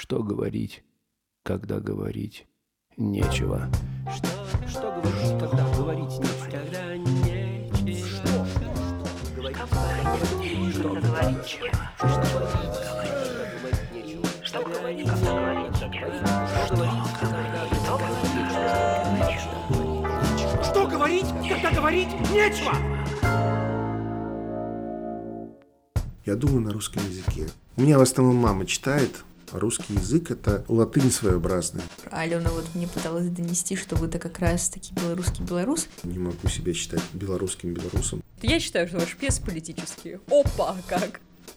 Что говорить, когда говорить нечего? Что говорить, когда говорить нечего? Когда нечего. Что говорить? Что говорить, когда говорить нечего? Что говорить, когда говорить нечего? Я думаю на русском языке. У меня в основном мама читает, а русский язык — это латынь своеобразная. Алена вот мне пыталась донести, что вы-то как раз-таки белорусский белорус. Не могу себя считать белорусским белорусом. Я считаю, что ваши пьесы политические. Опа, как!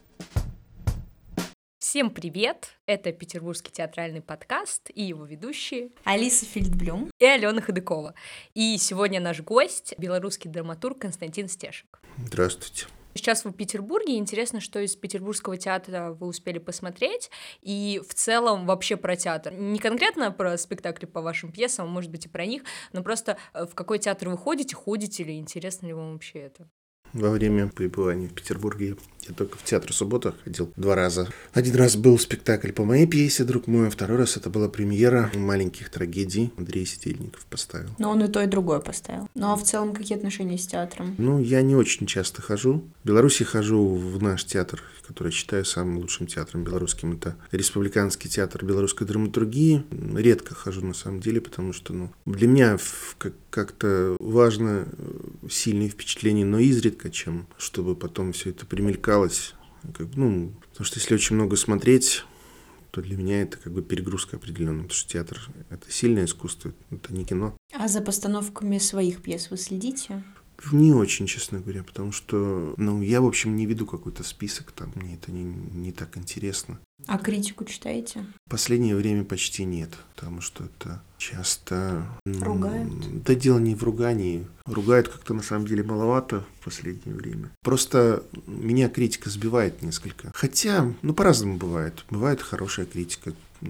Всем привет! Это Петербургский театральный подкаст и его ведущие Алиса Фельдблюм и Алена Ходыкова. И сегодня наш гость — белорусский драматург Константин Стешек. Здравствуйте. Сейчас вы в Петербурге, интересно, что из Петербургского театра вы успели посмотреть, и в целом вообще про театр. Не конкретно про спектакли по вашим пьесам, а может быть и про них, но просто в какой театр вы ходите ли, интересно ли вам вообще это? Во время пребывания в Петербурге я только в театр «Суббота» ходил 2 раза. Один раз был спектакль по моей пьесе «Друг мой», а второй раз это была премьера «Маленьких трагедий». Андрей Сидельников поставил. Но он и то, и другое поставил. Ну а в целом какие отношения с театром? Я не очень часто хожу. В Беларуси хожу в наш театр, который считаю самым лучшим театром белорусским. Это Республиканский театр белорусской драматургии. Редко хожу на самом деле, потому что для меня как-то важно сильные впечатления, но изредка, чем чтобы потом все это примелькалось. Потому что если очень много смотреть, то для меня это перегрузка определенная, потому что театр — это сильное искусство, это не кино. А за постановками своих пьес вы следите? Не очень, честно говоря, потому что, я, в общем, не веду какой-то список, там мне это не так интересно. А критику читаете? В последнее время почти нет, потому что это часто... Ругают? Да дело не в ругании. Ругают как-то на самом деле маловато в последнее время. Просто меня критика сбивает несколько. Хотя, по-разному бывает. Бывает хорошая критика.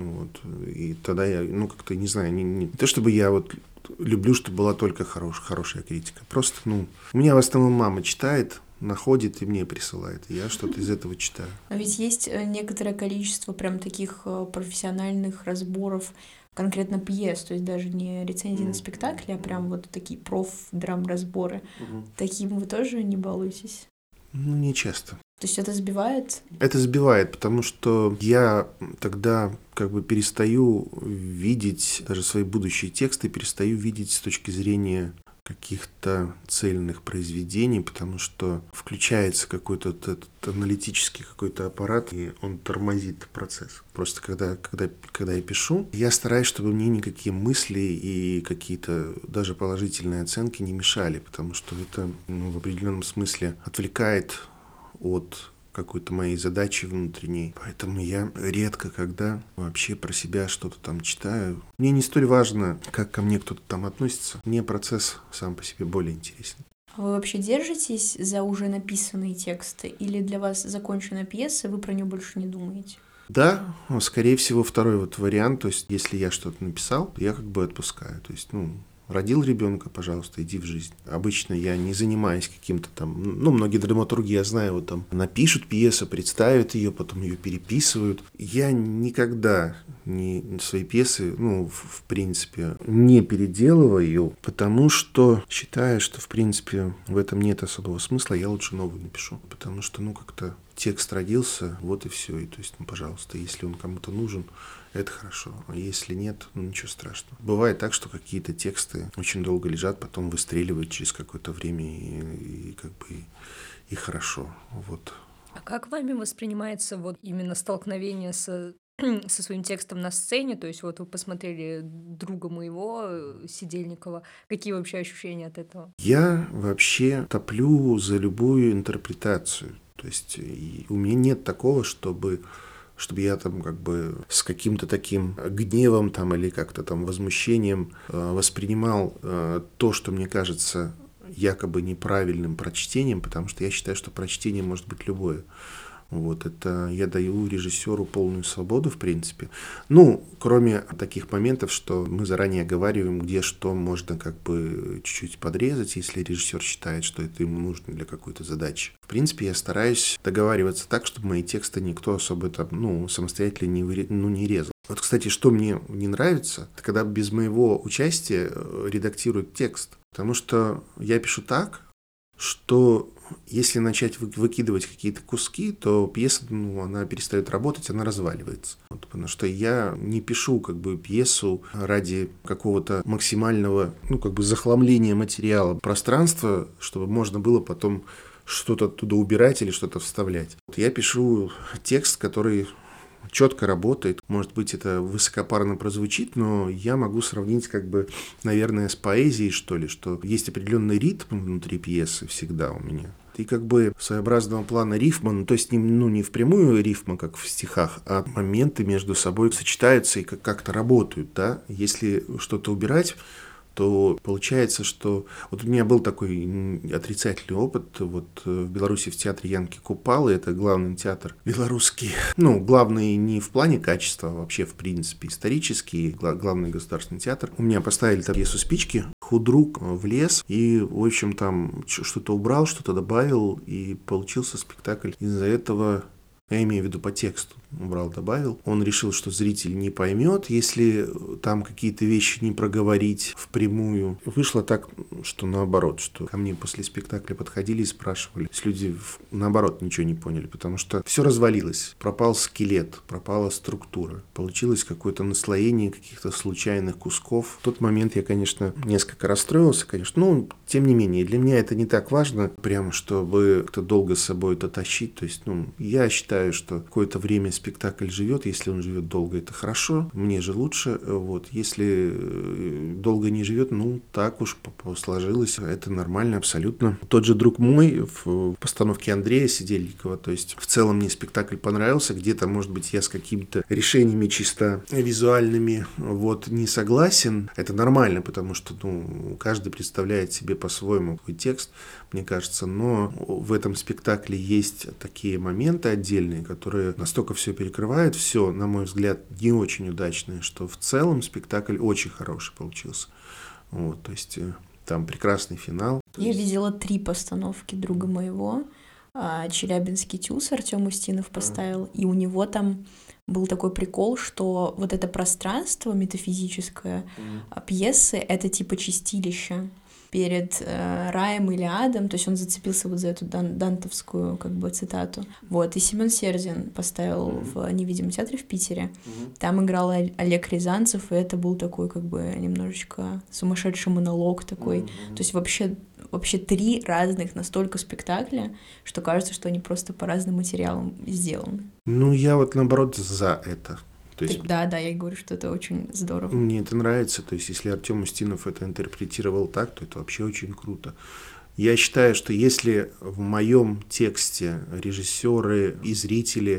И тогда я, как-то, не знаю, не то чтобы я люблю, чтобы была только хорошая критика. Просто, у меня в основном мама читает, находит и мне присылает. И я что-то из этого читаю. А ведь есть некоторое количество прям таких профессиональных разборов конкретно пьес, то есть даже не рецензии на спектакли, а прям такие проф-драм-разборы. Таким вы тоже не балуетесь? Не часто. То есть это сбивает? Это сбивает, потому что я тогда перестаю видеть даже свои будущие тексты, перестаю видеть с точки зрения каких-то цельных произведений, потому что включается какой-то этот аналитический какой-то аппарат, и он тормозит процесс. Просто когда я пишу, я стараюсь, чтобы мне никакие мысли и какие-то даже положительные оценки не мешали, потому что это в определенном смысле отвлекает от какой-то моей задачи внутренней. Поэтому я редко когда вообще про себя что-то там читаю. Мне не столь важно, как ко мне кто-то там относится. Мне процесс сам по себе более интересен. А вы вообще держитесь за уже написанные тексты? Или для вас закончена пьеса, вы про нее больше не думаете? Да, скорее всего, второй вариант. То есть, если я что-то написал, я отпускаю. То есть, родил ребенка, пожалуйста, иди в жизнь. Обычно я не занимаюсь каким-то там... многие драматурги, я знаю, напишут пьесу, представят ее, потом ее переписывают. Я никогда свои пьесы, в принципе, не переделываю, потому что считаю, что, в принципе, в этом нет особого смысла, я лучше новую напишу. Потому что, как-то текст родился, вот и все. И то есть, пожалуйста, если он кому-то нужен, это хорошо. А если нет, ничего страшного. Бывает так, что какие-то тексты очень долго лежат, потом выстреливают через какое-то время и хорошо. А как вами воспринимается именно столкновение со своим текстом на сцене? То есть вы посмотрели «Друга моего» Сидельникова. Какие вообще ощущения от этого? Я вообще топлю за любую интерпретацию. То есть у меня нет такого, чтобы я с каким-то таким гневом или как-то возмущением воспринимал то, что мне кажется якобы неправильным прочтением, потому что я считаю, что прочтение может быть любое. Вот это я даю режиссеру полную свободу, в принципе. Ну, кроме таких моментов, что мы заранее оговариваем, где что можно как бы чуть-чуть подрезать, если режиссер считает, что это ему нужно для какой-то задачи. В принципе, я стараюсь договариваться так, чтобы мои тексты никто особо там, самостоятельно не резал. Вот, кстати, что мне не нравится, это когда без моего участия редактируют текст. Потому что я пишу так, что если начать выкидывать какие-то куски, то пьеса, она перестает работать, она разваливается. Вот, потому что я не пишу как бы пьесу ради какого-то максимального, захламления материала, пространства, чтобы можно было потом что-то оттуда убирать или что-то вставлять. Вот я пишу текст, который четко работает. Может быть, это высокопарно прозвучит, но я могу сравнить, наверное, с поэзией, что ли, что есть определенный ритм внутри пьесы всегда у меня. И своеобразного плана рифма, то есть не впрямую рифма, как в стихах, а моменты между собой сочетаются и как-то работают, да. Если что-то убирать, то получается, что... Вот у меня был такой отрицательный опыт в Беларуси в театре Янки Купалы, это главный театр белорусский. Главный не в плане качества, а вообще, в принципе, исторический, главный государственный театр. У меня поставили там пьесу «Спички», худрук влез и, в общем, там что-то убрал, что-то добавил, и получился спектакль. Из-за этого... Я имею в виду по тексту. Убрал, добавил. Он решил, что зритель не поймет, если там какие-то вещи не проговорить впрямую. Вышло так, что наоборот, что ко мне после спектакля подходили и спрашивали. Люди, наоборот, ничего не поняли, потому что все развалилось. Пропал скелет, пропала структура. Получилось какое-то наслоение каких-то случайных кусков. В тот момент я, конечно, несколько расстроился, конечно. Тем не менее, для меня это не так важно, прямо чтобы как-то долго с собой это тащить. То есть, я считаю, что какое-то время спектакль живет, если он живет долго, это хорошо, мне же лучше, если долго не живет, так уж сложилось, это нормально абсолютно. Тот же друг мой в постановке Андрея Сидельникова, то есть в целом мне спектакль понравился, где-то, может быть, я с какими-то решениями чисто визуальными не согласен, это нормально, потому что, каждый представляет себе по-своему какой текст, мне кажется, но в этом спектакле есть такие моменты отдельные, которые настолько все перекрывают, все, на мой взгляд, не очень удачные, что в целом спектакль очень хороший получился. То есть там прекрасный финал. Я видела 3 постановки друга моего. Челябинский ТЮЗ Артём Устинов поставил, и у него там был такой прикол, что вот это пространство метафизическое пьесы — это типа чистилище перед раем или адом, то есть он зацепился за эту дантовскую цитату. И Семен Сердин поставил в Невидимом театре в Питере. Там играл Олег Рязанцев, и это был такой немножечко сумасшедший монолог такой. То есть вообще 3 разных настолько спектакля, что кажется, что они просто по разным материалам сделаны. Я наоборот за это. То есть, да, я и говорю, что это очень здорово. Мне это нравится. То есть, если Артём Устинов это интерпретировал так, то это вообще очень круто. Я считаю, что если в моем тексте режиссеры и зрители,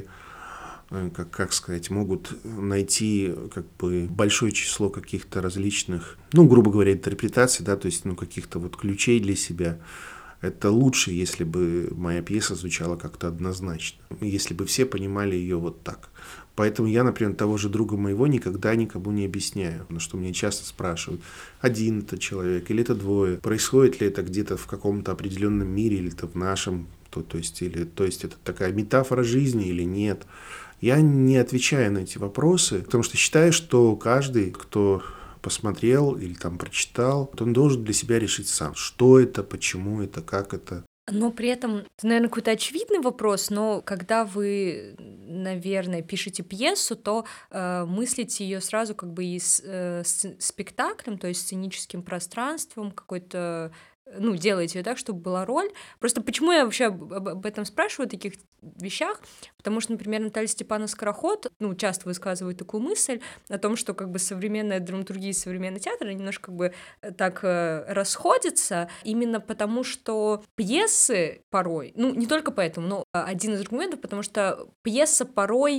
могут найти большое число каких-то различных, грубо говоря, интерпретаций, да, то есть каких-то ключей для себя, это лучше, если бы моя пьеса звучала как-то однозначно, если бы все понимали ее так. Поэтому я, например, того же друга моего никогда никому не объясняю, потому что меня часто спрашивают, один это человек или это 2, происходит ли это где-то в каком-то определенном мире или это в нашем, то есть это такая метафора жизни или нет. Я не отвечаю на эти вопросы, потому что считаю, что каждый, кто посмотрел или прочитал, он должен для себя решить сам, что это, почему это, как это. Но при этом, это, наверное, какой-то очевидный вопрос, но когда вы, наверное, пишете пьесу, то мыслите ее сразу и с спектаклем, то есть сценическим пространством, какой-то делаете ее так, чтобы была роль. Просто почему я вообще об этом спрашиваю, о таких вещах? Потому что, например, Наталья Степанова-Скороход, часто высказывает такую мысль о том, что современная драматургия и современный театр немножко так расходятся, именно потому что пьесы порой, не только поэтому, но один из аргументов, потому что пьеса порой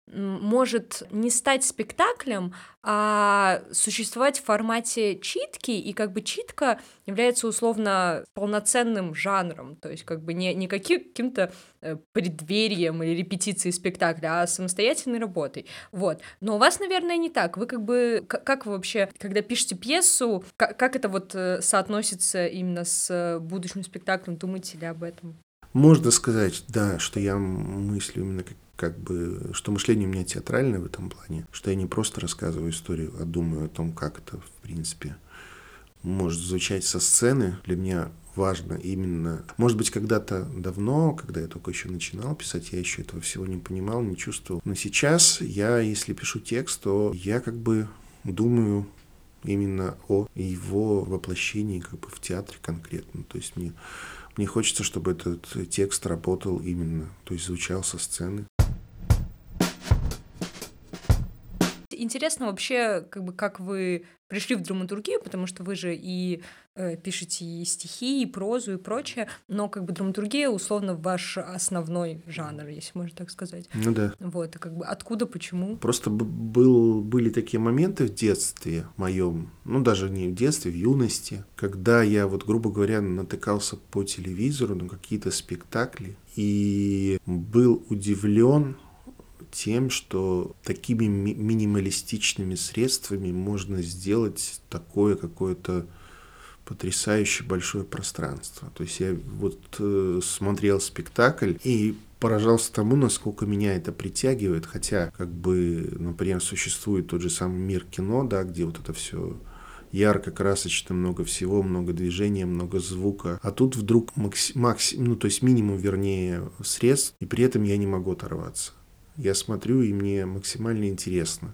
может не стать спектаклем, а существовать в формате читки, и как бы читка является условно полноценным жанром, то есть как бы не каким-то преддверием или репетицией спектакля, а самостоятельной работой. Вот. Но у вас, наверное, не так. Вы как бы... Как вы вообще, когда пишете пьесу, как это вот соотносится именно с будущим спектаклем? Думаете ли об этом? Можно сказать, да, что я мыслю именно как бы, что мышление у меня театральное в этом плане, что я не просто рассказываю историю, а думаю о том, как это, в принципе, может звучать со сцены. Для меня важно именно... Может быть, когда-то давно, когда я только еще начинал писать, я еще этого всего не понимал, не чувствовал. Но сейчас я, если пишу текст, то я как бы думаю именно о его воплощении как бы в театре конкретно. То есть мне хочется, чтобы этот текст работал именно, то есть звучал со сцены. Интересно вообще, как бы, как вы пришли в драматургию, потому что вы же и пишете и стихи, и прозу, и прочее, но как бы драматургия условно ваш основной жанр, если можно так сказать. Ну да. Вот, и как бы откуда, почему? Просто были такие моменты в детстве моем, ну даже не в детстве, в юности, когда я вот, грубо говоря, натыкался по телевизору на какие-то спектакли и был удивлен тем, что такими минималистичными средствами можно сделать такое какое-то потрясающе большое пространство. То есть я вот смотрел спектакль и поражался тому, насколько меня это притягивает, хотя, как бы, например, существует тот же самый мир кино, да, где вот это все ярко, красочно, много всего, много движения, много звука. А тут вдруг то есть минимум, вернее, средств, и при этом я не могу оторваться. Я смотрю, и мне максимально интересно.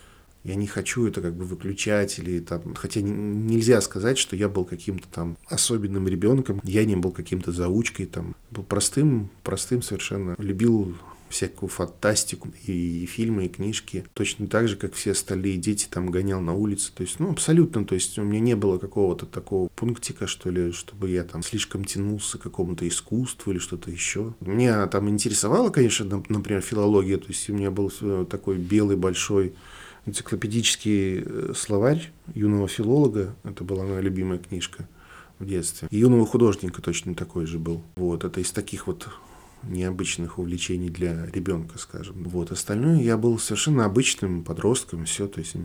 Я не хочу это как бы выключать или там... Хотя нельзя сказать, что я был каким-то там особенным ребенком. Я не был каким-то заучкой там. Был простым совершенно. Любил всякую фантастику и фильмы, и книжки. Точно так же, как все остальные дети там гонял на улице. То есть, абсолютно. То есть, у меня не было какого-то такого пунктика, что ли, чтобы я там слишком тянулся к какому-то искусству или что-то еще. Меня там интересовала, конечно, например, филология. То есть, у меня был такой белый большой энциклопедический словарь юного филолога. Это была моя любимая книжка в детстве. И юного художника точно такой же был. Вот, это из таких вот необычных увлечений для ребенка, скажем. Вот, остальное я был совершенно обычным подростком, все, то есть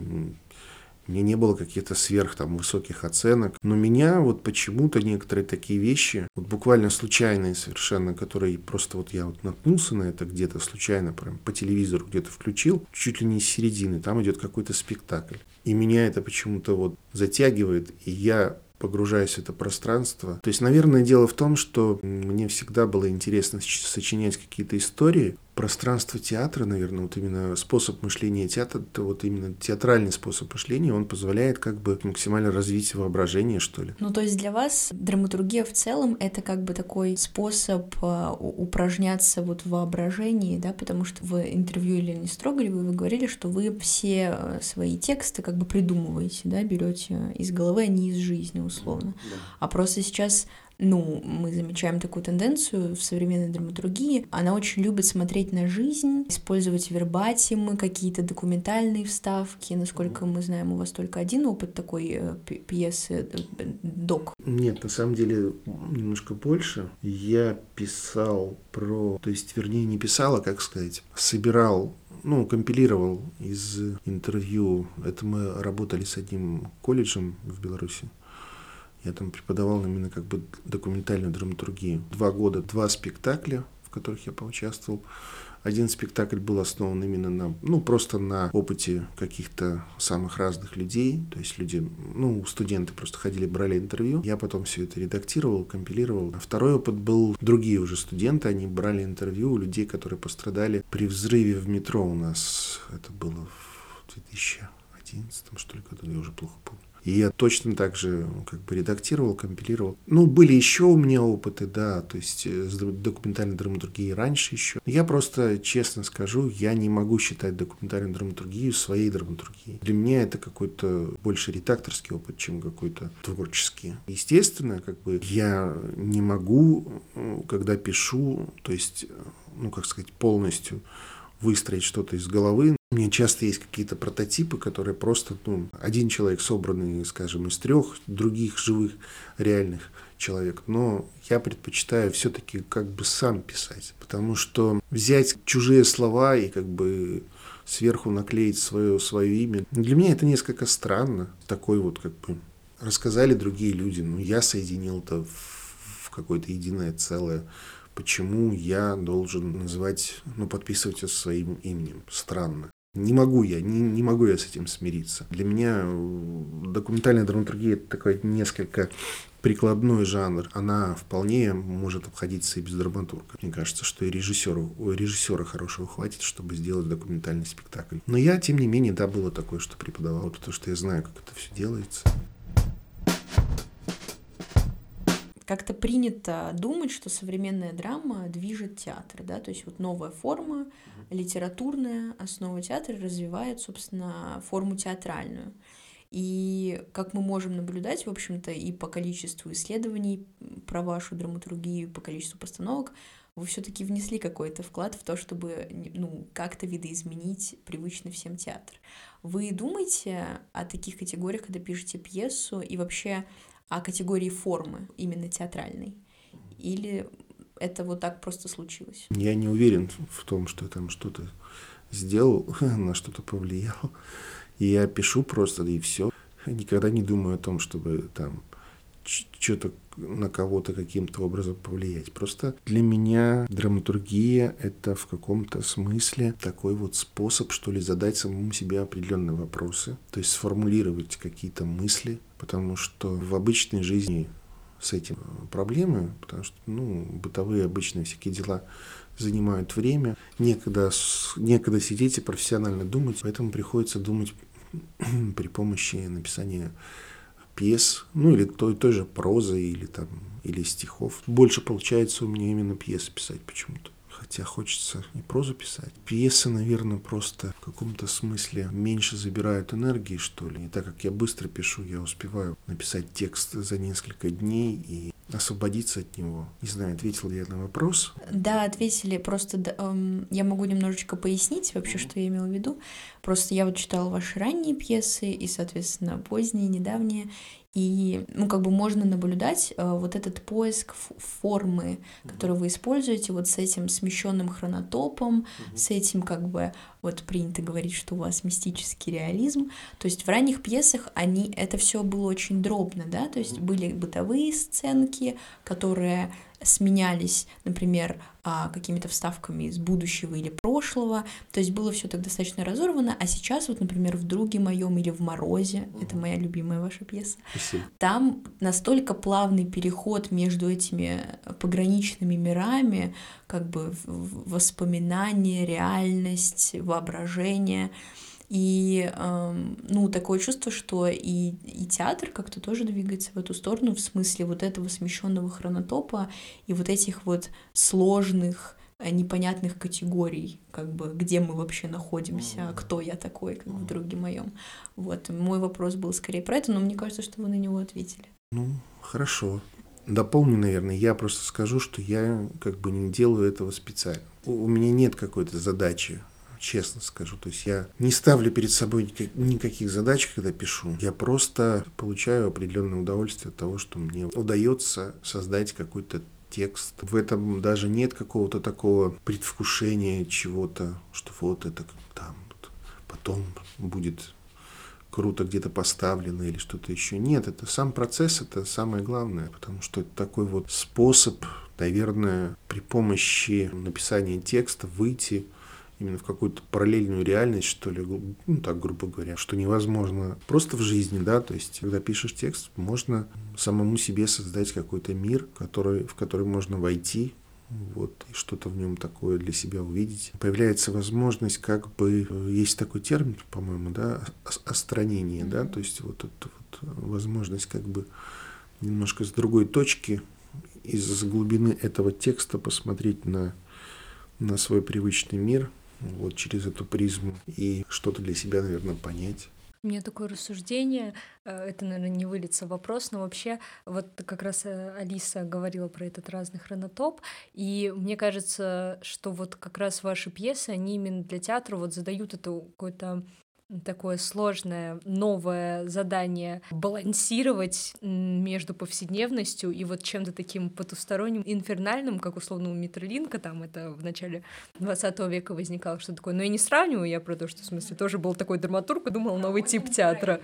мне не было каких-то сверх там высоких оценок, но меня вот почему-то некоторые такие вещи, вот буквально случайные совершенно, которые просто вот я вот наткнулся на это где-то случайно, прям по телевизору где-то включил, чуть ли не с середины, там идет какой-то спектакль. И меня это почему-то вот затягивает, и я погружаюсь в это пространство. То есть, наверное, дело в том, что мне всегда было интересно сочинять какие-то истории. Пространство театра, наверное, вот именно способ мышления театра, это вот именно театральный способ мышления, он позволяет как бы максимально развить воображение, что ли. Ну, то есть для вас драматургия в целом — это как бы такой способ упражняться вот в воображении, да, потому что в интервью Елене Строгаревой вы говорили, что вы все свои тексты как бы придумываете, да, берете из головы, а не из жизни, условно. Да. А просто сейчас... мы замечаем такую тенденцию в современной драматургии. Она очень любит смотреть на жизнь, использовать вербатимы, какие-то документальные вставки. Насколько мы знаем, у вас только один опыт такой пьесы «Док». Нет, на самом деле немножко больше. Я писал то есть, вернее, не писал, а, как сказать, собирал, компилировал из интервью. Это мы работали с одним колледжем в Беларуси. Я там преподавал именно как бы документальную драматургию. 2 года, 2 спектакля, в которых я поучаствовал. Один спектакль был основан именно просто на опыте каких-то самых разных людей. То есть люди, студенты просто ходили, брали интервью. Я потом все это редактировал, компилировал. А второй опыт был, другие уже студенты, они брали интервью у людей, которые пострадали при взрыве в метро у нас. Это было в 2011, что ли, году, я уже плохо помню. И я точно так же как бы редактировал, компилировал. Были еще у меня опыты, да, то есть с документальной драматургией раньше еще. Я просто, честно скажу, я не могу считать документальную драматургию своей драматургией. Для меня это какой-то больше редакторский опыт, чем какой-то творческий. Естественно, как бы я не могу, когда пишу, то есть, полностью выстроить что-то из головы. У меня часто есть какие-то прототипы, которые просто, один человек, собранный, скажем, из 3 других живых, реальных человек. Но я предпочитаю все-таки как бы сам писать, потому что взять чужие слова и как бы сверху наклеить свое имя, для меня это несколько странно. Такой вот как бы рассказали другие люди, я соединил это в какое-то единое целое. Почему я должен называть, подписывать это своим именем? Странно. Не могу я с этим смириться. Для меня документальная драматургия — это такой несколько прикладной жанр. Она вполне может обходиться и без драматурга. Мне кажется, что и режиссера хорошего хватит, чтобы сделать документальный спектакль. Но я, тем не менее, было такое, что преподавал, потому что я знаю, как это все делается. Как-то принято думать, что современная драма движет театр, да, то есть вот новая форма, литературная основа театра развивает, собственно, форму театральную. И как мы можем наблюдать, в общем-то, и по количеству исследований про вашу драматургию, по количеству постановок, вы все-таки внесли какой-то вклад в то, чтобы как-то видоизменить привычный всем театр. Вы думаете о таких категориях, когда пишете пьесу, и вообще о категории формы, именно театральной? Или это вот так просто случилось? Я не уверен в том, что я там что-то сделал, на что-то повлиял. И я пишу просто, и все. Никогда не думаю о том, чтобы там что-то на кого-то каким-то образом повлиять. Просто для меня драматургия — это в каком-то смысле такой вот способ, что ли, задать самому себе определенные вопросы, то есть сформулировать какие-то мысли, потому что в обычной жизни с этим проблемы, потому что, бытовые обычные всякие дела занимают время, некогда сидеть и профессионально думать, поэтому приходится думать при помощи написания пьес, или той же прозы, или стихов. Больше получается у меня именно пьесы писать почему-то. Хотя хочется и прозу писать. Пьесы, наверное, просто в каком-то смысле меньше забирают энергии, что ли. И так как я быстро пишу, я успеваю написать текст за несколько дней и освободиться от него. Не знаю, ответил ли я на вопрос? Да, ответили. Просто я могу немножечко пояснить вообще, что я имела в виду. Просто я вот читала ваши ранние пьесы и, соответственно, поздние, недавние. И, можно наблюдать вот этот поиск формы, который вы используете, вот с этим смещенным хронотопом, с этим, вот принято говорить, что у вас мистический реализм. То есть в ранних пьесах это все было очень дробно, да, то есть были бытовые сценки, которые сменялись, например, какими-то вставками из будущего или прошлого, то есть было все так достаточно разорвано, а сейчас вот, например, в «Друге моем» или в «Морозе», это моя любимая ваша пьеса, Спасибо. Там настолько плавный переход между этими пограничными мирами, воспоминания, реальность, воображение. И такое чувство, что и театр как-то тоже двигается в эту сторону, в смысле вот этого смещенного хронотопа и вот этих вот сложных, непонятных категорий, где мы вообще находимся, кто я такой, в «Друге моем». Вот, мой вопрос был скорее про это, но мне кажется, что вы на него ответили. Хорошо. Дополню, наверное. Я просто скажу, что я не делаю этого специально. У меня нет какой-то задачи, честно скажу. То есть я не ставлю перед собой никаких задач, когда пишу. Я просто получаю определенное удовольствие от того, что мне удается создать какой-то текст. В этом даже нет какого-то такого предвкушения чего-то, что вот это там потом будет круто где-то поставлено или что-то еще. Нет, это сам процесс, это самое главное, потому что это такой вот способ, наверное, при помощи написания текста выйти именно в какую-то параллельную реальность, что ли, так грубо говоря, что невозможно просто в жизни, да, то есть, когда пишешь текст, можно самому себе создать какой-то мир, в который можно войти, вот, и что-то в нем такое для себя увидеть. Появляется возможность, есть такой термин, по-моему, да, остранение, да, то есть вот эта вот возможность немножко с другой точки, из глубины этого текста посмотреть на свой привычный мир, вот через эту призму и что-то для себя, наверное, понять. У меня такое рассуждение, это, наверное, не выльется в вопрос, но вообще вот как раз Алиса говорила про этот разный хронотоп, и мне кажется, что вот как раз ваши пьесы, они именно для театра вот задают это какое-то такое сложное новое задание балансировать между повседневностью и вот чем-то таким потусторонним, инфернальным, как условно у Митролинка, там это в начале 20 века возникало что-то такое. Но я не сравниваю, я про то, что в смысле тоже был такой драматург и думал новый тип театра.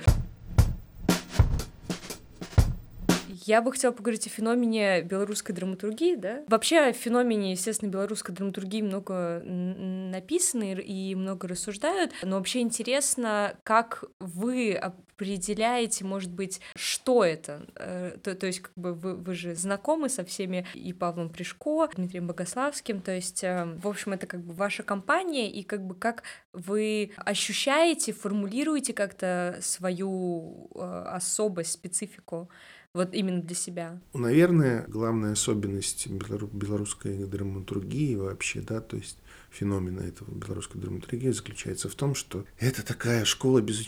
Я бы хотела поговорить о феномене белорусской драматургии, да? Вообще о феномене, естественно, белорусской драматургии много написано и много рассуждают, но вообще интересно, как вы определяете, может быть, что это? То есть, как бы вы же знакомы со всеми и Павлом Пришко, Дмитрием Богославским, то есть, в общем, это как бы ваша компания, и как бы как вы ощущаете, формулируете как-то свою особость, специфику? Вот именно для себя. Наверное, главная особенность белорусской драматургии вообще, да, то есть феномена этого белорусской драматургии заключается в том, что это такая школа без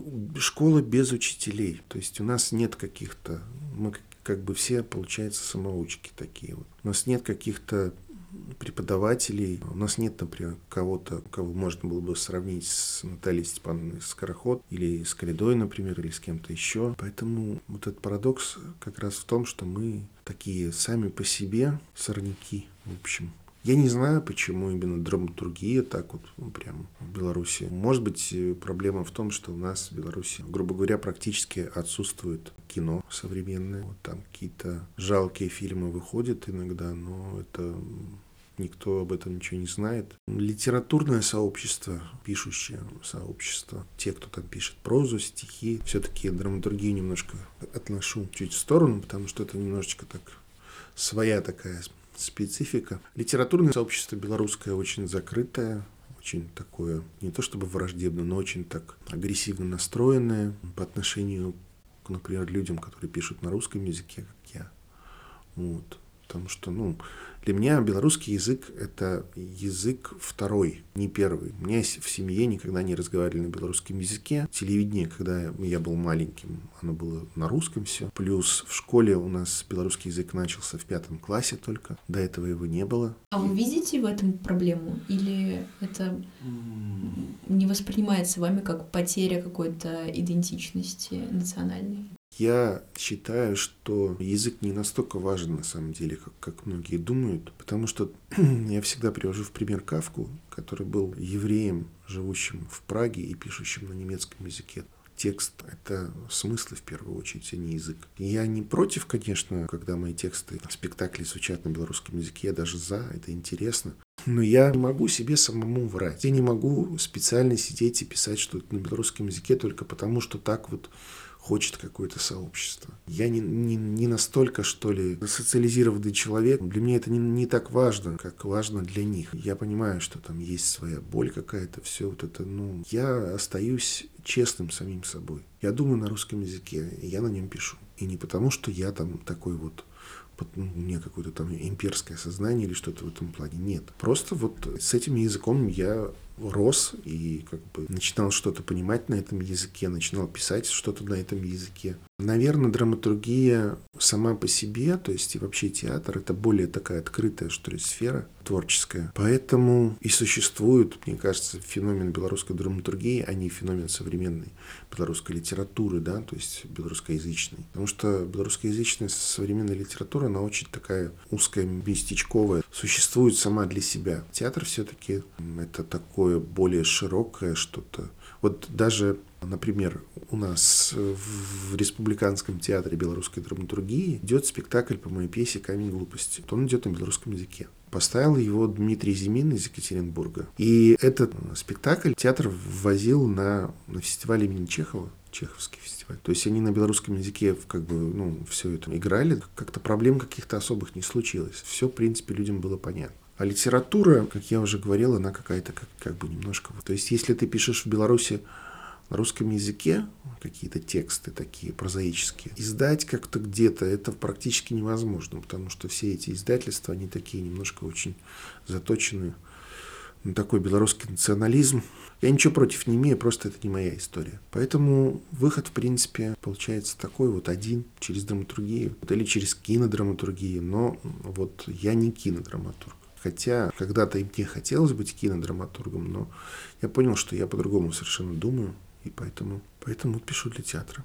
учителей. То есть у нас нет каких-то, мы как бы все, получается, самоучки такие вот. У нас нет каких-то преподавателей. У нас нет, например, кого-то, кого можно было бы сравнить с Натальей Степановной Скороход или с Калидой, например, или с кем-то еще. Поэтому вот этот парадокс как раз в том, что мы такие сами по себе сорняки, в общем. Я не знаю, почему именно драматургия так вот прям в Беларуси. Может быть, проблема в том, что у нас в Беларуси, грубо говоря, практически отсутствует кино современное. Вот там какие-то жалкие фильмы выходят иногда, но это никто об этом ничего не знает. Литературное сообщество, пишущее сообщество, те, кто там пишет прозу, стихи, все-таки драматургию немножко отношу чуть в сторону, потому что это немножечко так своя такая специфика. Литературное сообщество белорусское очень закрытое, очень такое, не то чтобы враждебное, но очень так агрессивно настроенное по отношению к, например, людям, которые пишут на русском языке, как я. Вот. Потому что, для меня белорусский язык – это язык второй, не первый. У меня в семье никогда не разговаривали на белорусском языке. Телевидение, когда я был маленьким, оно было на русском все. Плюс в школе у нас белорусский язык начался в 5 классе только. До этого его не было. А вы видите в этом проблему? Или это не воспринимается вами как потеря какой-то идентичности национальной? Я считаю, что язык не настолько важен на самом деле, как многие думают, потому что я всегда привожу в пример Кафку, который был евреем, живущим в Праге и пишущим на немецком языке. Текст — это смыслы в первую очередь, а не язык. И я не против, конечно, когда мои тексты в спектакле звучат на белорусском языке, я даже за, это интересно. Но я не могу себе самому врать. Я не могу специально сидеть и писать что-то на белорусском языке только потому, что так вот хочет какое-то сообщество. Я не настолько, что ли, социализированный человек. Для меня это не так важно, как важно для них. Я понимаю, что там есть своя боль какая-то, все вот это, я остаюсь честным самим собой. Я думаю на русском языке, и я на нем пишу. И не потому, что я там такой вот, у меня какое-то там имперское сознание или что-то в этом плане. Нет. Просто вот с этим языком я рос и как бы начинал что-то понимать на этом языке, начинал писать что-то на этом языке. Наверное, драматургия сама по себе, то есть и вообще театр, это более такая открытая, что ли, сфера творческая. Поэтому и существует, мне кажется, феномен белорусской драматургии, а не феномен современной белорусской литературы, да, то есть белорусскоязычной. Потому что белорусскоязычная современная литература, она очень такая узкая, местечковая, существует сама для себя. Театр все-таки это такое более широкое что-то. Вот даже, например, у нас в Республиканском театре белорусской драматургии идет спектакль по моей пьесе «Камень глупости». Он идет на белорусском языке. Поставил его Дмитрий Зимин из Екатеринбурга. И этот спектакль театр ввозил на фестиваль имени Чехова, Чеховский фестиваль. То есть они на белорусском языке как бы, все это играли. Как-то проблем каких-то особых не случилось. Все, в принципе, людям было понятно. А литература, как я уже говорил, она какая-то как бы немножко... То есть если ты пишешь в Беларуси на русском языке какие-то тексты такие прозаические, издать как-то где-то это практически невозможно, потому что все эти издательства, они такие немножко очень заточены такой белорусский национализм. Я ничего против не имею, просто это не моя история. Поэтому выход, в принципе, получается такой вот один, через драматургию или через кинодраматургию, но вот я не кинодраматург. Хотя когда-то и мне хотелось быть кинодраматургом, но я понял, что я по-другому совершенно думаю, и поэтому пишу для театра.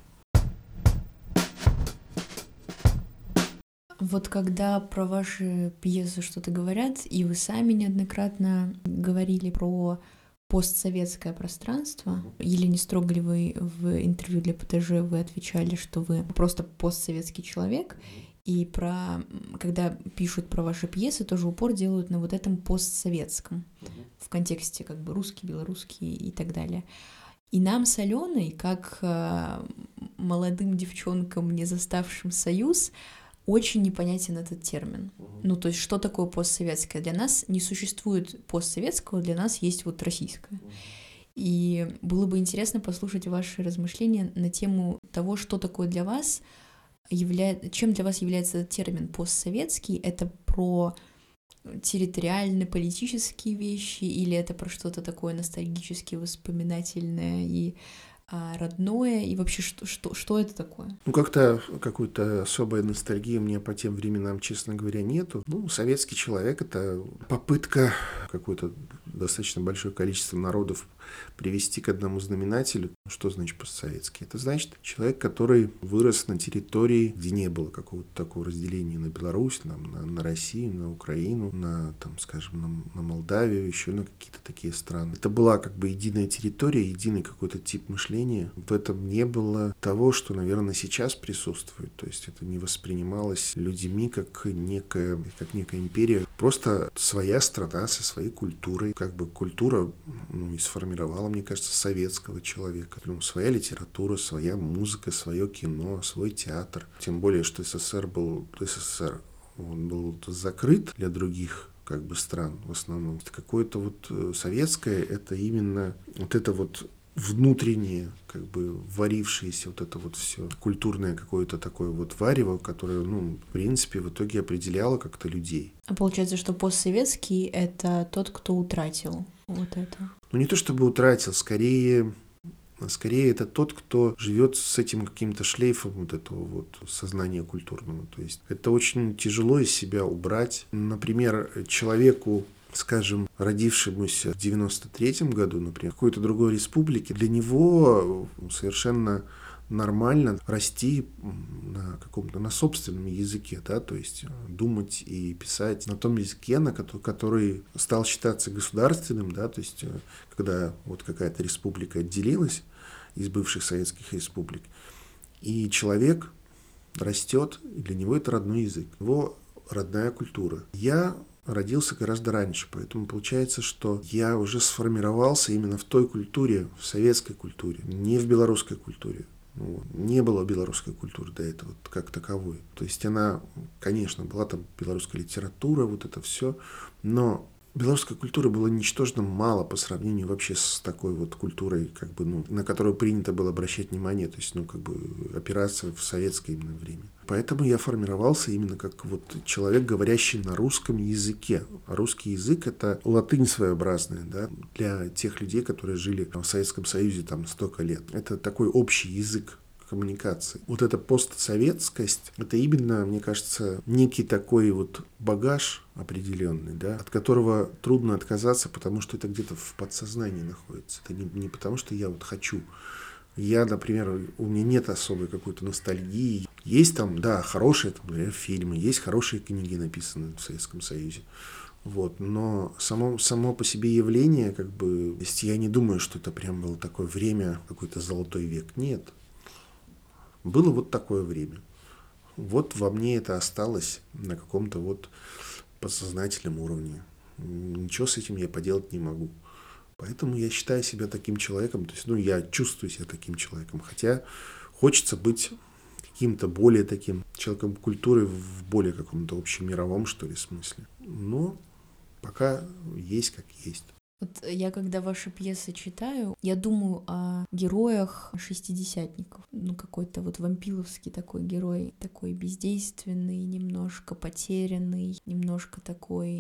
Вот когда про ваши пьесы что-то говорят, и вы сами неоднократно говорили про постсоветское пространство. Елене Строголевой в интервью для ПТЖ вы отвечали, что вы просто постсоветский человек, и когда пишут про ваши пьесы, тоже упор делают на вот этом постсоветском, в контексте как бы русский, белорусский и так далее. И нам с Аленой, как молодым девчонкам, не заставшим Союз, очень непонятен этот термин. Ну, то есть, что такое постсоветское? Для нас не существует постсоветского, для нас есть вот российское. И было бы интересно послушать ваши размышления на тему того, что такое для вас, чем для вас является этот термин постсоветский. Это про территориально-политические вещи, или это про что-то такое ностальгически воспоминательное и родное, и вообще что это такое? Ну, как-то какой-то особой ностальгии у меня по тем временам, честно говоря, нету. Ну, советский человек — это попытка какое-то достаточно большое количество народов привести к одному знаменателю. Что значит постсоветский? Это значит человек, который вырос на территории, где не было какого-то такого разделения на Беларусь, на Россию, на Украину, на Молдавию, еще на какие-то такие страны. Это была как бы единая территория, единый какой-то тип мышления. В этом не было того, что, наверное, сейчас присутствует. То есть это не воспринималось людьми как некая империя. Просто своя страна со своей культурой. Как бы культура и сформировала, мне кажется, советского человека. Своя литература, своя музыка, свое кино, свой театр. Тем более, что СССР был закрыт для других как бы стран в основном. Какое-то вот советское, это именно вот это вот внутреннее, как бы варившееся вот это вот все культурное какое-то такое вот варево, которое, в принципе, в итоге определяло как-то людей. А получается, что постсоветский — это тот, кто утратил вот это? Ну, не то чтобы утратил, скорее это тот, кто живет с этим каким-то шлейфом вот этого вот сознания культурного. То есть это очень тяжело из себя убрать. Например, человеку, скажем, родившемуся в 93-м году, например, в какой-то другой республике, для него совершенно нормально расти на собственном языке, да, то есть думать и писать на том языке, который стал считаться государственным, да, то есть когда вот какая-то республика отделилась из бывших советских республик, и человек растет, и для него это родной язык, его родная культура. Я родился гораздо раньше, поэтому получается, что я уже сформировался именно в той культуре, в советской культуре, не в белорусской культуре. Не было белорусской культуры до этого как таковой. То есть она, конечно, была там белорусская литература, вот это все, но белорусская культура была ничтожно мало по сравнению вообще с такой вот культурой, как бы, на которую принято было обращать внимание, то есть, как бы опираться в советское именно время. Поэтому я формировался именно как вот человек, говорящий на русском языке. А русский язык — это латынь своеобразная, да, для тех людей, которые жили в Советском Союзе там столько лет. Это такой общий язык коммуникации. Вот эта постсоветскость — это именно, мне кажется, некий такой вот багаж определенный, да, от которого трудно отказаться, потому что это где-то в подсознании находится. Это не потому, что я вот хочу. Я, например, у меня нет особой какой-то ностальгии. Есть там, да, хорошие, там, например, фильмы, есть хорошие книги, написанные в Советском Союзе. Вот, но само по себе явление, как бы, если я не думаю, что это прям было такое время, какой-то золотой век. Нет. Было вот такое время. Вот во мне это осталось на каком-то вот подсознательном уровне. Ничего с этим я поделать не могу. Поэтому я считаю себя таким человеком, то есть, я чувствую себя таким человеком, хотя хочется быть каким-то более таким человеком культуры в более каком-то общемировом, что ли, смысле. Но пока есть как есть. Вот я, когда ваши пьесы читаю, я думаю о героях шестидесятников. Какой-то вот вампиловский такой герой, такой бездейственный, немножко потерянный, немножко такой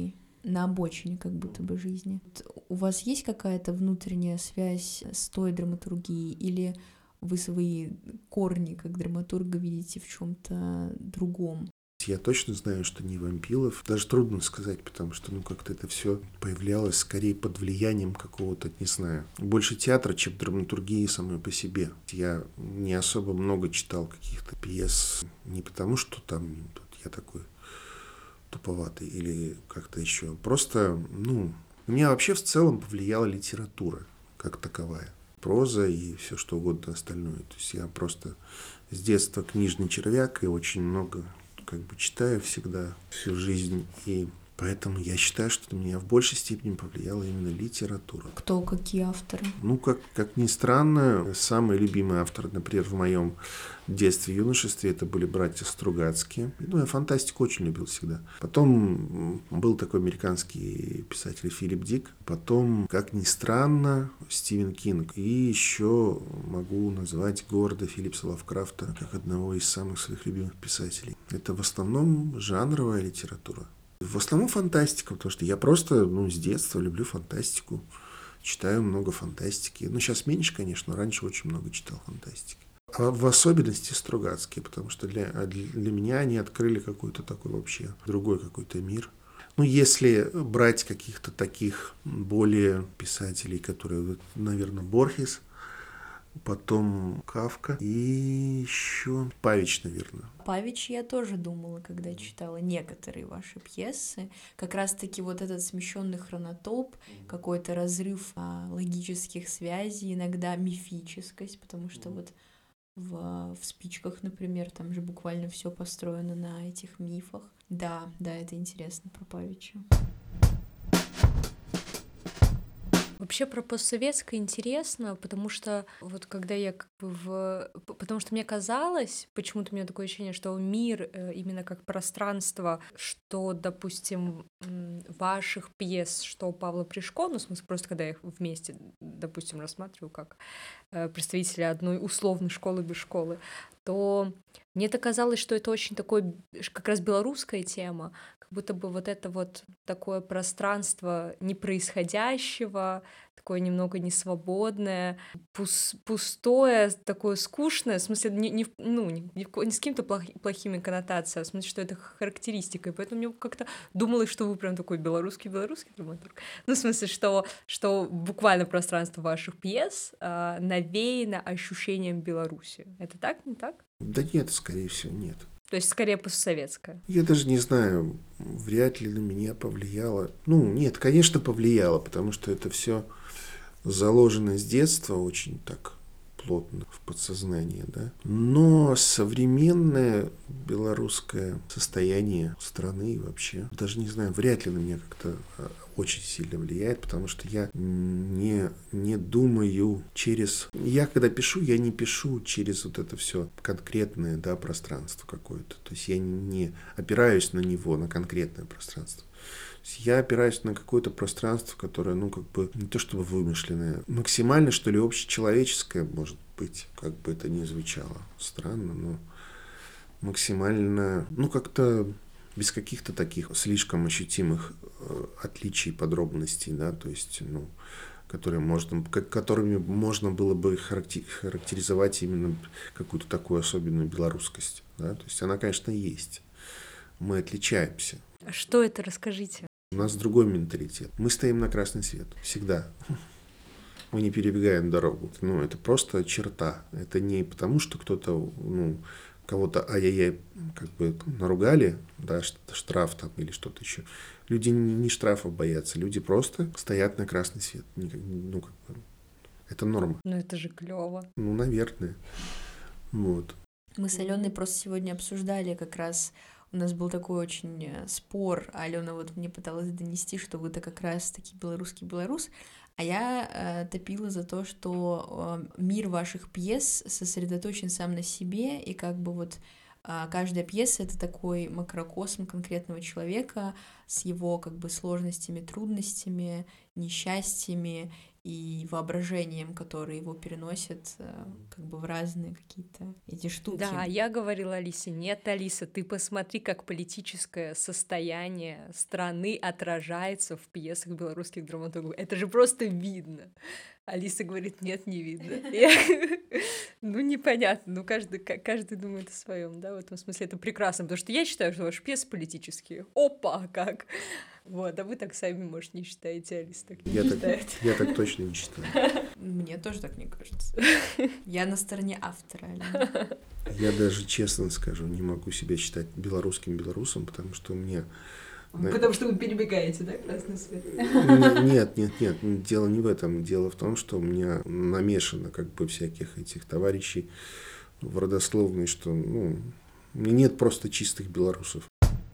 на обочине как будто бы жизни. У вас есть какая-то внутренняя связь с той драматургией, или вы свои корни как драматурга видите в чем-то другом? Я точно знаю, что не вампилов. Даже трудно сказать, потому что, как-то это все появлялось скорее под влиянием какого-то, не знаю, больше театра, чем драматургии самой по себе. Я не особо много читал каких-то пьес, не потому что там я такой туповатый или как-то еще. Просто, меня вообще в целом повлияла литература как таковая. Проза и все что угодно остальное. То есть я просто с детства книжный червяк и очень много читаю всегда, всю жизнь, и поэтому я считаю, что на меня в большей степени повлияла именно литература. Кто, какие авторы? Как ни странно, самые любимые авторы, например, в моем детстве и юношестве, это были братья Стругацкие. Я фантастику очень любил всегда. Потом был такой американский писатель Филипп Дик. Потом, как ни странно, Стивен Кинг. И еще могу назвать гордо Филлипса Лавкрафта как одного из самых своих любимых писателей. Это в основном жанровая литература. В основном фантастика, потому что я просто с детства люблю фантастику. Читаю много фантастики. Сейчас меньше, конечно, но раньше очень много читал фантастики. А в особенности Стругацкие, потому что для меня они открыли какой-то такой вообще другой какой-то мир. Если брать каких-то таких более писателей, которые, наверное, Борхес, потом Кафка и еще Павич, наверное. Павич я тоже думала, когда читала некоторые ваши пьесы. Как раз-таки вот этот смещенный хронотоп, какой-то разрыв логических связей, иногда мифическость, потому что вот в «Спичках», например, там же буквально все построено на этих мифах. Да, это интересно про Павича. Вообще про постсоветское интересно, потому что вот когда я потому что мне казалось, почему-то у меня такое ощущение, что мир именно как пространство, что, допустим, ваших пьес, что Павла Пришко, в смысле просто когда я их вместе, допустим, рассматриваю как представителя одной условной школы без школы, то мне это казалось, что это очень такое как раз белорусская тема, как будто бы вот это вот такое пространство непроисходящего, такое немного несвободное, пустое, такое скучное, в смысле, не с какими-то плохими коннотациями, в смысле, что это характеристика, и поэтому мне как-то думалось, что вы прям такой белорусский драматург. В смысле, что буквально пространство ваших пьес навеяно ощущением Беларуси. Это так, не так? Да нет, скорее всего, нет. То есть скорее постсоветская. Я даже не знаю, вряд ли на меня повлияло. Нет, конечно, повлияло, потому что это все заложено с детства очень так плотно в подсознание, да. Но современное белорусское состояние страны вообще, даже не знаю, вряд ли на меня как-то очень сильно влияет, потому что я не думаю через... Я когда пишу, я не пишу через вот это все конкретное, да, пространство какое-то. То есть я не опираюсь на него, на конкретное пространство. Я опираюсь на какое-то пространство, которое, не то чтобы вымышленное, максимально, что ли, общечеловеческое, может быть, как бы это ни звучало странно, но максимально, как-то без каких-то таких слишком ощутимых отличий, подробностей, да, то есть, которыми можно было бы характеризовать именно какую-то такую особенную белорусскость, да, то есть она, конечно, есть. Мы отличаемся. А что это? Расскажите. У нас другой менталитет. Мы стоим на красный свет. Всегда. Мы не перебегаем дорогу. Это просто черта. Это не потому, что кто-то, кого-то ай-яй-яй наругали, да, штраф там или что-то еще. Люди не штрафов боятся. Люди просто стоят на красный свет. Это норма. Это же клево. Наверное. Вот. Мы с Аленой просто сегодня обсуждали как раз. У нас был такой очень спор. Алена вот мне пыталась донести, что вы-то как раз-таки белорусский белорус, а я топила за то, что мир ваших пьес сосредоточен сам на себе, и как бы вот каждая пьеса — это такой макрокосм конкретного человека с его как бы сложностями, трудностями, несчастьями, и воображением, которое его переносит как бы в разные какие-то эти штуки. Да, я говорила Алисе: нет, Алиса, ты посмотри, как политическое состояние страны отражается в пьесах белорусских драматургов. Это же просто видно. Алиса говорит: нет, не видно. Ну, непонятно, ну, каждый думает о своем, да, в этом смысле это прекрасно, потому что я считаю, что ваши пьесы политические. Опа, как! Вот, а вы так сами, может, не считаете, Алиса так не считает. Я так точно не считаю. Мне тоже так не кажется. Я на стороне автора. Алина. Я даже, честно скажу, не могу себя считать белорусским белорусом, потому что у меня... Потому что вы перебегаете, да, красный свет? Нет, дело не в этом. Дело в том, что у меня намешано как бы всяких этих товарищей в родословной, что, ну, нет просто чистых белорусов.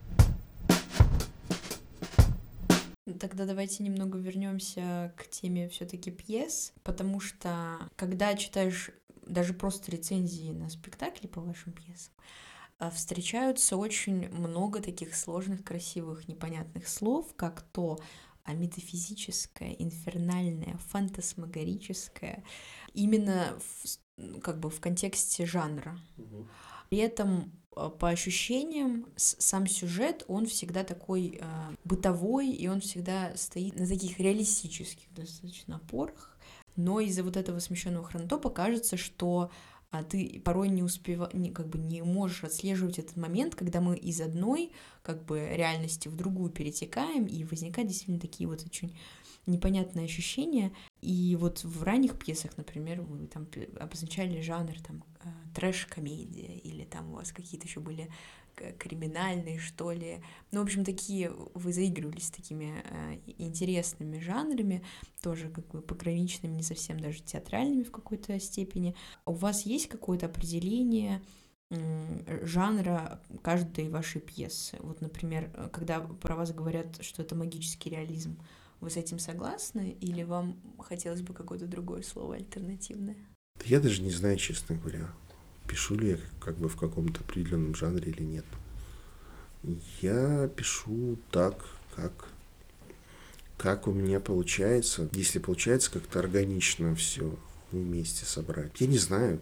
Тогда давайте немного вернемся к теме все-таки пьес, потому что когда читаешь даже просто рецензии на спектакли по вашим пьесам, встречаются очень много таких сложных, красивых, непонятных слов, как то метафизическое, инфернальное, фантасмагорическое, именно как бы в контексте жанра. При этом по ощущениям сам сюжет, он всегда такой бытовой, и он всегда стоит на таких реалистических достаточно опорах, но из-за вот этого смещенного хронотопа кажется, что ты порой не можешь отслеживать этот момент, когда мы из одной как бы реальности в другую перетекаем, и возникают действительно такие вот очень непонятные ощущения. И вот в ранних пьесах, например, вы там обозначали жанр там трэш-комедия, или там у вас какие-то еще были криминальные, что ли. Ну, в общем, такие вы заигрывались с такими интересными жанрами, тоже как бы пограничными, не совсем даже театральными в какой-то степени. У вас есть какое-то определение жанра каждой вашей пьесы? Вот, например, когда про вас говорят, что это магический реализм, вы с этим согласны, или вам хотелось бы какое-то другое слово альтернативное? Я даже не знаю, честно говоря, пишу ли я как бы в каком-то определенном жанре или нет. Я пишу так, как у меня получается. Если получается как-то органично все вместе собрать. Я не знаю.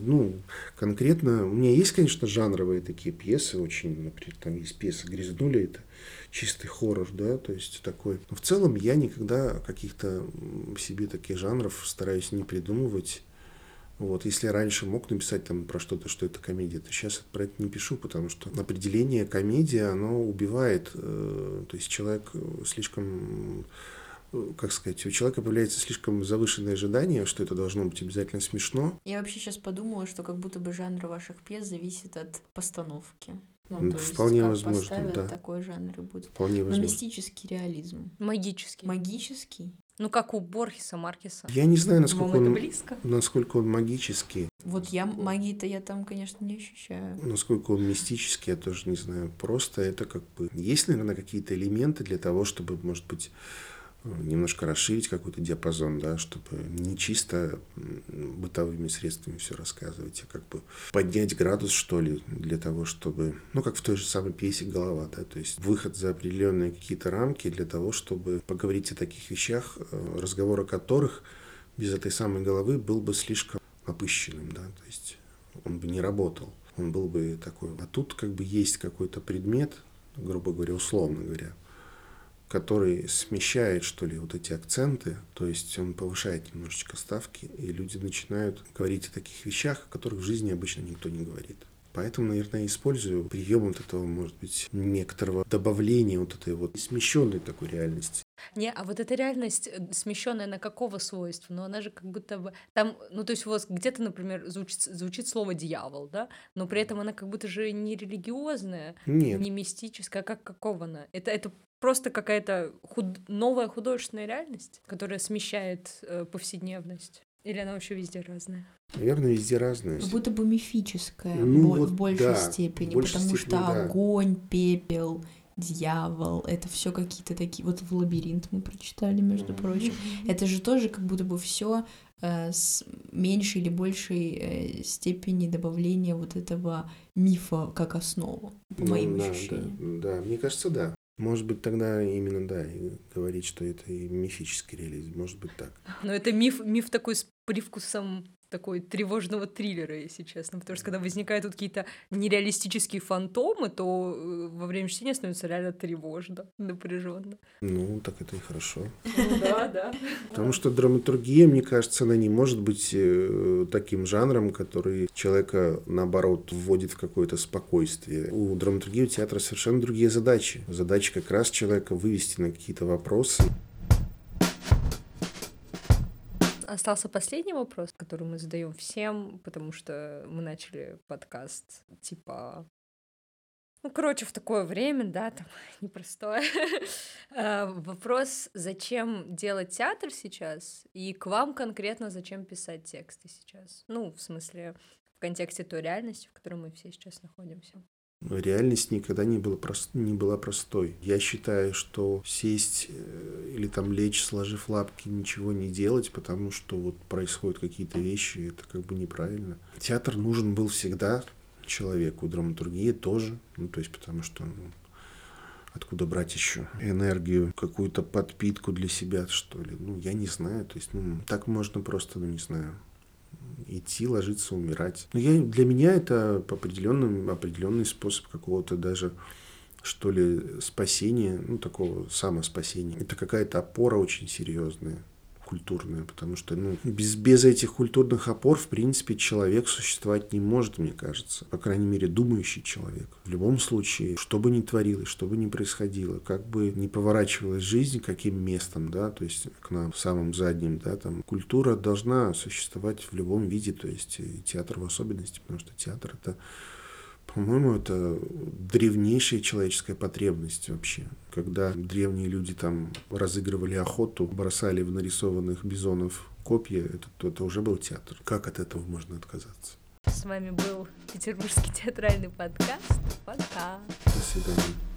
Конкретно у меня есть, конечно, жанровые такие пьесы, очень, например, там есть пьеса «Грязнули», это чистый хоррор, да, то есть такой. Но в целом я никогда каких-то себе таких жанров стараюсь не придумывать. Вот, если я раньше мог написать там про что-то, что это комедия, то сейчас про это не пишу, потому что определение комедия, оно убивает. То есть человек слишком, как сказать, у человека появляется слишком завышенное ожидание, что это должно быть обязательно смешно. Я вообще сейчас подумала, что как будто бы жанр ваших пьес зависит от постановки. Ну, то вполне есть, как возможно, поставят, да. такой жанр и будет. Вполне Но возможно. мистический реализм. Магический. Магический? Ну, как у Борхеса Маркеса. Я не знаю, По-моему, это близко. насколько он магический. Вот магии-то я там, конечно, не ощущаю. Насколько он мистический, я тоже не знаю. Просто это как бы... Есть, наверное, какие-то элементы для того, чтобы, может быть, немножко расширить какой-то диапазон, да, чтобы не чисто бытовыми средствами все рассказывать, а как бы поднять градус, что ли, для того, чтобы... Ну, как в той же самой пьесе «Голова», да, то есть выход за определенные какие-то рамки для того, чтобы поговорить о таких вещах, разговор о которых без этой самой головы был бы слишком напыщенным, да, то есть он бы не работал, он был бы такой. А тут как бы есть какой-то предмет, грубо говоря, условно говоря, который смещает, что ли, вот эти акценты, то есть он повышает немножечко ставки, и люди начинают говорить о таких вещах, о которых в жизни обычно никто не говорит. Поэтому, наверное, использую прием вот этого, может быть, некоторого добавления вот этой вот смещенной такой реальности. Не, а вот эта реальность смещенная на какого свойства? Но она же как будто бы там, ну то есть у вас где-то, например, звучит слово дьявол, да, но при этом она как будто же не религиозная, Нет. не мистическая, а какого она? Это просто какая-то новая художественная реальность, которая смещает повседневность. Или она вообще везде разная? Наверное, везде разное. Как будто бы мифическое Вот в большей да, степени, в большей потому степени, что да. огонь, пепел, дьявол, это все какие-то такие. Вот в «Лабиринт» мы прочитали, между прочим. Это же тоже как будто бы все с меньшей или большей степени добавления вот этого мифа как основу, по моим ощущениям. Да, мне кажется, да. Может быть, тогда именно, да, и говорить, что это и мифический реализм. Может быть, так. Но это миф такой с привкусом такой тревожного триллера, если честно. Потому что когда возникают тут какие-то нереалистические фантомы, то во время чтения становится реально тревожно, напряженно. Ну, так это и хорошо. Да. Потому что драматургия, мне кажется, она не может быть таким жанром, который человека, наоборот, вводит в какое-то спокойствие. У драматургии, у театра совершенно другие задачи. Задача как раз человека вывести на какие-то вопросы. Остался последний вопрос, который мы задаем всем, потому что мы начали подкаст типа... в такое время, да, там непростое. Вопрос, зачем делать театр сейчас, и к вам конкретно зачем писать тексты сейчас? Ну, в смысле, в контексте той реальности, в которой мы все сейчас находимся. Реальность никогда не была простой. Я считаю, что сесть или там лечь, сложив лапки, ничего не делать, потому что вот происходят какие-то вещи, это как бы неправильно. Театр нужен был всегда человеку, драматургия тоже, то есть потому что откуда брать еще энергию, какую-то подпитку для себя, что ли, я не знаю, то есть, так можно просто, не знаю, идти, ложиться, умирать. Для меня это определенный способ какого-то даже, что ли, спасения, такого самоспасения. Это какая-то опора очень серьезная, культурная, потому что без этих культурных опор, в принципе, человек существовать не может, мне кажется. По крайней мере, думающий человек. В любом случае, что бы ни творилось, что бы ни происходило, как бы ни поворачивалась жизнь, каким местом, да, то есть к нам самым задним, да, там, культура должна существовать в любом виде, то есть и театр в особенности, потому что театр — это, по-моему, это древнейшая человеческая потребность вообще. Когда древние люди там разыгрывали охоту, бросали в нарисованных бизонов копья, это уже был театр. Как от этого можно отказаться? С вами был Петербургский театральный подкаст. Пока. До свидания.